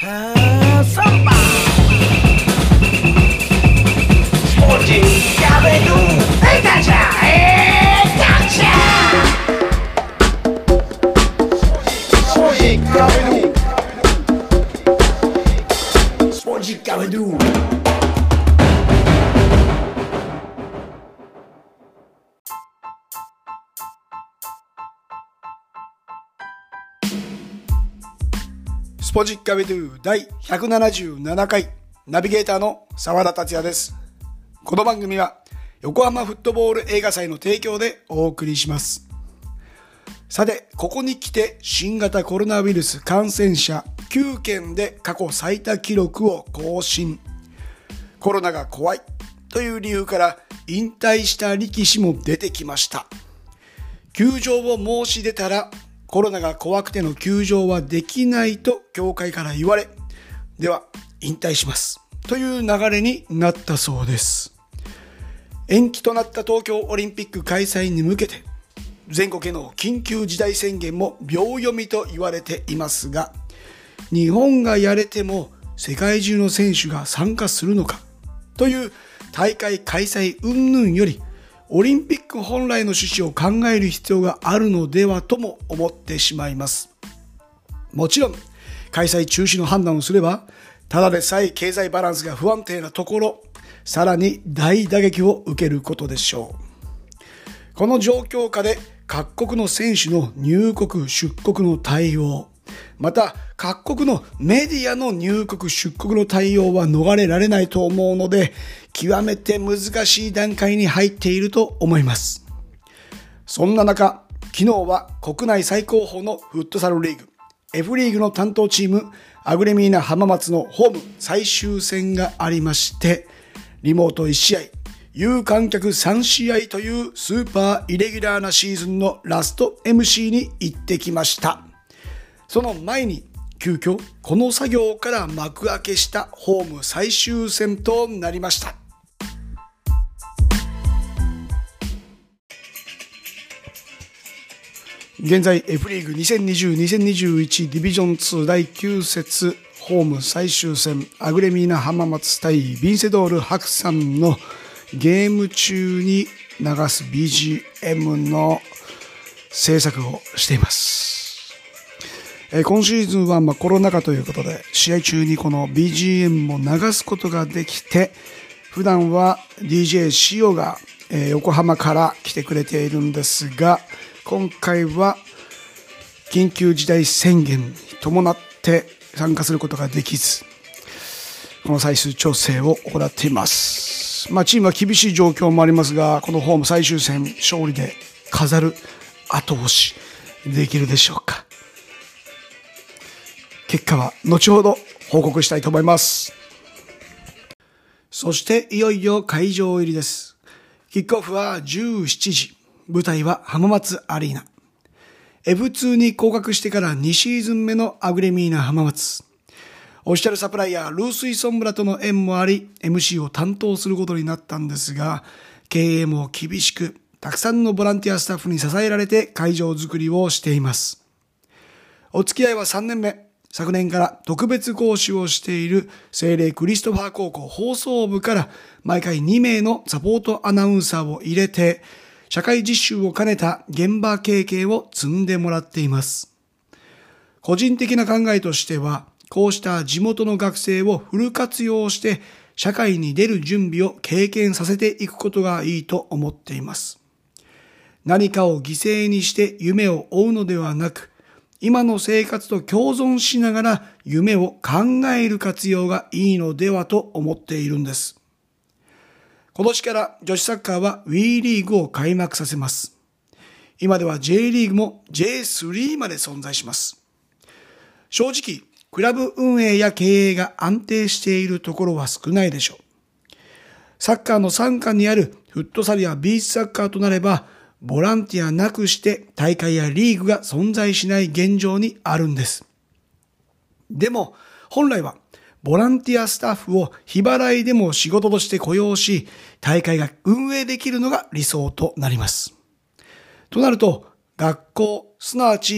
Samba Sporty Cabelo Gotcha Gotcha Sporty Cabelo Sporty Cabeloスポジッカビドゥ第177回ナビゲーターの澤田達也です。この番組は横浜フットボール映画祭の提供でお送りします。さて、ここに来て新型コロナウイルス感染者9件で過去最多記録を更新。コロナが怖いという理由から引退した力士も出てきました。休場を申し出たらコロナが怖くての休場はできないと協会から言われ、では引退しますという流れになったそうです。延期となった東京オリンピック開催に向けて全国への緊急事態宣言も秒読みと言われていますが、日本がやれても世界中の選手が参加するのかという大会開催云々より、オリンピック本来の趣旨を考える必要があるのではとも思ってしまいます。もちろん開催中止の判断をすれば、ただでさえ経済バランスが不安定なところ、さらに大打撃を受けることでしょう。この状況下で各国の選手の入国出国の対応、また各国のメディアの入国出国の対応は逃れられないと思うので、極めて難しい段階に入っていると思います。そんな中、昨日は国内最高峰のフットサルリーグ F リーグの担当チームアグレミーナ浜松のホーム最終戦がありまして、リモート1試合有観客3試合というスーパーイレギュラーなシーズンのラスト MC に行ってきました。その前に急遽この作業から幕開けしたホーム最終戦となりました。現在 F リーグ 2020-2021 ディビジョン2第9節ホーム最終戦アグレミーナ浜松対ビンセドール白山のゲーム中に流す BGM の制作をしています。今シーズンはコロナ禍ということで試合中にこの BGM も流すことができて、普段は DJ シオが横浜から来てくれているんですが、今回は緊急事態宣言に伴って参加することができず、この最終調整を行っています。チームは厳しい状況もありますが、このホーム最終戦勝利で飾る後押しできるでしょうか。結果は後ほど報告したいと思います。そしていよいよ会場入りです。キックオフは17時。舞台は浜松アリーナ。F2 に降格してから2シーズン目のアグレミーナ浜松。オフィシャルサプライヤールースイソンブラとの縁もあり MC を担当することになったんですが、経営も厳しく、たくさんのボランティアスタッフに支えられて会場作りをしています。お付き合いは3年目。昨年から特別講師をしている聖霊クリストファー高校放送部から毎回2名のサポートアナウンサーを入れて、社会実習を兼ねた現場経験を積んでもらっています。個人的な考えとしては、こうした地元の学生をフル活用して社会に出る準備を経験させていくことがいいと思っています。何かを犠牲にして夢を追うのではなく、今の生活と共存しながら夢を考える活用がいいのではと思っているんです。今年から女子サッカーは WE リーグを開幕させます。今では J リーグも J3 まで存在します。正直、クラブ運営や経営が安定しているところは少ないでしょう。サッカーの傘下にあるフットサルやビーチサッカーとなれば、ボランティアなくして大会やリーグが存在しない現状にあるんです。でも、本来はボランティアスタッフを日払いでも仕事として雇用し、大会が運営できるのが理想となります。となると、学校、すなわち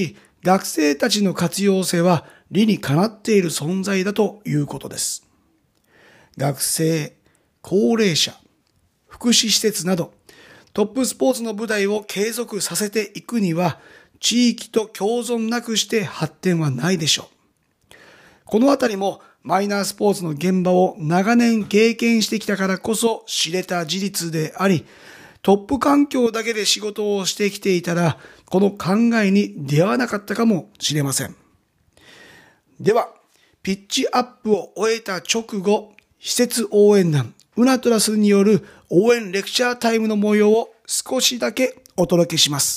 学生たちの活用性は理にかなっている存在だということです。学生、高齢者、福祉施設などトップスポーツの舞台を継続させていくには地域と共存なくして発展はないでしょう。このあたりもマイナースポーツの現場を長年経験してきたからこそ知れた事実であり、トップ環境だけで仕事をしてきていたら、この考えに出会わなかったかもしれません。では、ピッチアップを終えた直後、施設応援団ウナトラスによる応援レクチャータイムの模様を少しだけお届けします。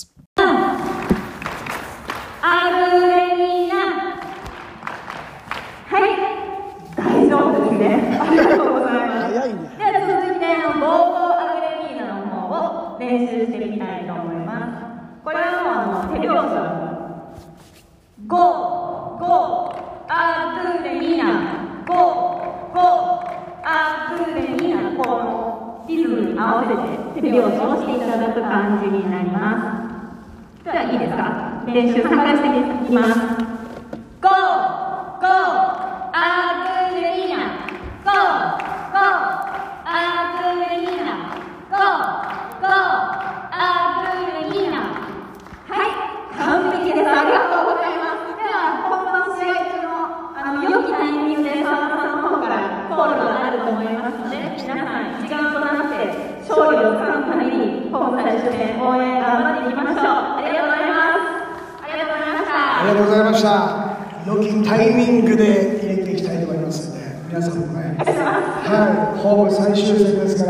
大丈夫ですね。ありがとうございます。早いね。では続いてゴーゴーアグレリーナの方を練習してみたいと思います。これはもう手拍子。ゴーゴーアグレリーナ、ゴーゴーアグレリーナ、このリズムに合わせて手拍子をしていただく感じになります。ではいいですか。練習参加していきます。ゴーゴーアグレリーナ、ゴーゴーアグレリーナ、ゴーゴーアグレリーナ。はい、完璧です。ありがとうございます。では本番試合中の良きタイミングで澤田さんの方からコールがあると思いますので、皆さん時間となって勝利をつかむためにホーム最終戦応援頑張っていきましょう。ありがとうございます。ありがとうございました。 ありがとうございました。良きタイミングで入れていきたいと思いますので、皆さんもね、はい、ホーム最終戦ですから、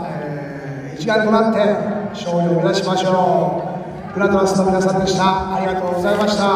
一丸となって勝利を目指しましょう。ウナトラスの皆さんでした。ありがとうございました。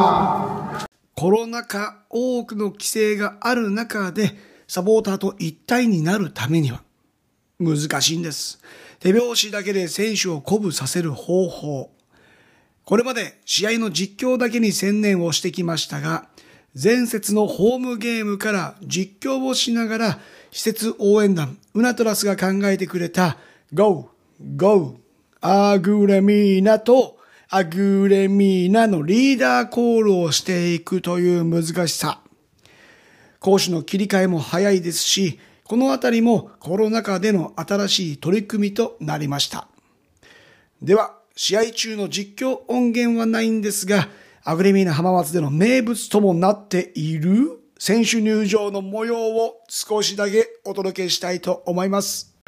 コロナ禍、多くの規制がある中でサポーターと一体になるためには難しいんです。手拍子だけで選手を鼓舞させる方法、これまで試合の実況だけに専念をしてきましたが、前節のホームゲームから実況をしながら施設応援団ウナトラスが考えてくれた Go! Go! アグレミーナとアグレミーナのリーダーコールをしていくという難しさ。攻守の切り替えも早いですし、このあたりもコロナ禍での新しい取り組みとなりました。では、試合中の実況音源はないんですが、アグレミーナ浜松での名物ともなっている選手入場の模様を少しだけお届けしたいと思います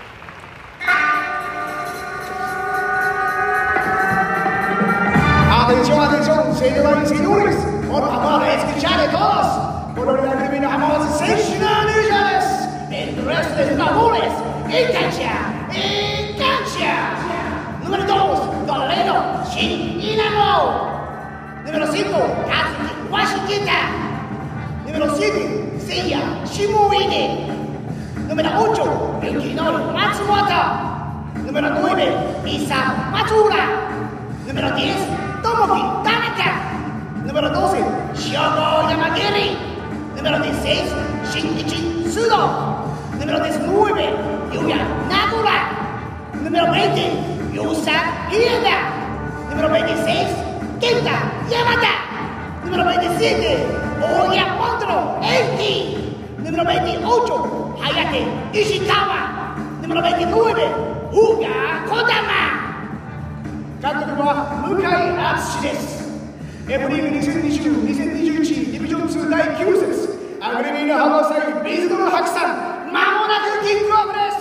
。Atención, atención, señoras y señores, por favor, escuchad todos. Por la Aグレミーナ浜松選手の入場です。El resto de jugadores, en cancha. Número 2, Toledo, Shin.Número 5, Kazuki Washington. Número 7, Seiya Shimoine. Número 8, Yukinori Matsumoto. Número 9, Isa Matsura. Número 10, Tomoki Tanaka. Número 12, Shogo Yamagiri. Número 16, Shinichi Sudo. Número 19, Yuya Nagura. Número 20, Yusa Hieda.Número 26, Kenta Yamada. Número 27, Oya Pondro Enti. Número 28, Hayate Ishikawa. Número 29, Uga Kodama. 監督は向井敦です。F リーグ2020-2021ディビジョン2第9節アグレミーナ浜松対ビズドの白山、まもなくキックオフです。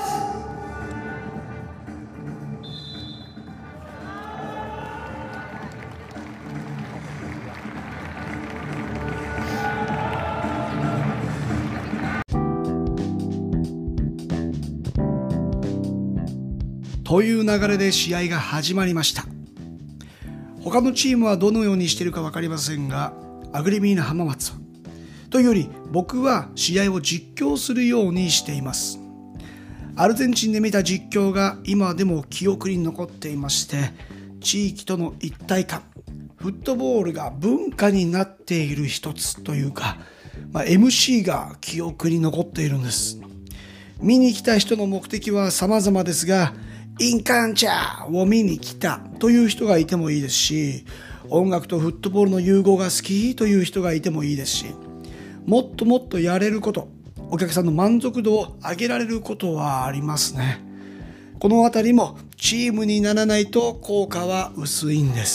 という流れで試合が始まりました。他のチームはどのようにしているか分かりませんが、アグレミーナ浜松はというより僕は試合を実況するようにしています。アルゼンチンで見た実況が今でも記憶に残っていまして、地域との一体感、フットボールが文化になっている一つというか、MC が記憶に残っているんです。見に来た人の目的は様々ですが、インカンチャーを見に来たという人がいてもいいですし、 音楽とフットボールの融合が好きという人がいてもいいですし、もっともっとやれること、お客さんの満足度を上げられることはありますね。このあたりもチームにならないと効果は薄いんです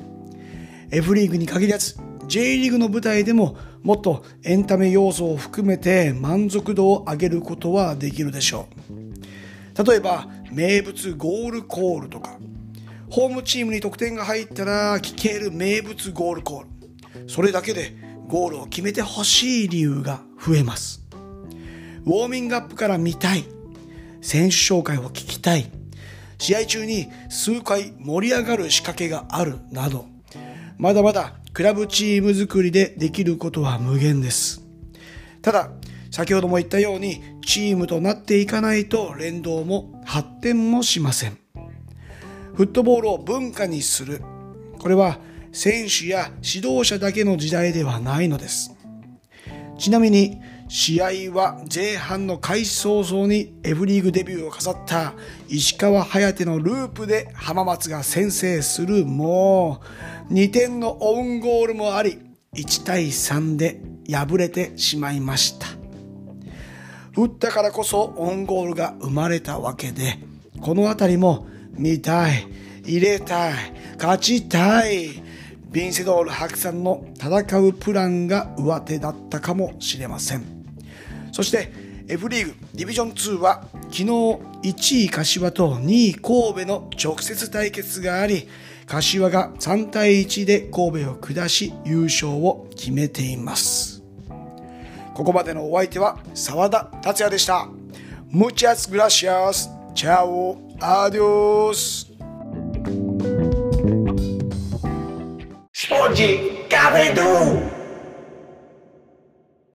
。F リーグに限らず J リーグの舞台でももっとエンタメ要素を含めて満足度を上げることはできるでしょう。例えば名物ゴールコールとか、ホームチームに得点が入ったら聞ける名物ゴールコール、それだけでゴールを決めてほしい理由が増えます。ウォーミングアップから見たい、選手紹介を聞きたい、試合中に数回盛り上がる仕掛けがあるなど、まだまだクラブチーム作りでできることは無限です。ただ先ほども言ったようにチームとなっていかないと連動も発展もしません。フットボールを文化にする、これは選手や指導者だけの時代ではないのです。ちなみに試合は前半の開始早々に F リーグデビューを飾った石川颯のループで浜松が先制するも2点のオウンゴールもあり1対3で敗れてしまいました。打ったからこそオウンゴールが生まれたわけで、このあたりも見たい、入れたい、勝ちたい、ヴィンセドール白さんの戦うプランが上手だったかもしれません。そして F リーグディビジョン2は昨日1位柏と2位神戸の直接対決があり、柏が3対1で神戸を下し優勝を決めています。ここまでのお相手は澤田達也でした。Muchas gracias. Chao. Adios. Explode Cabedu!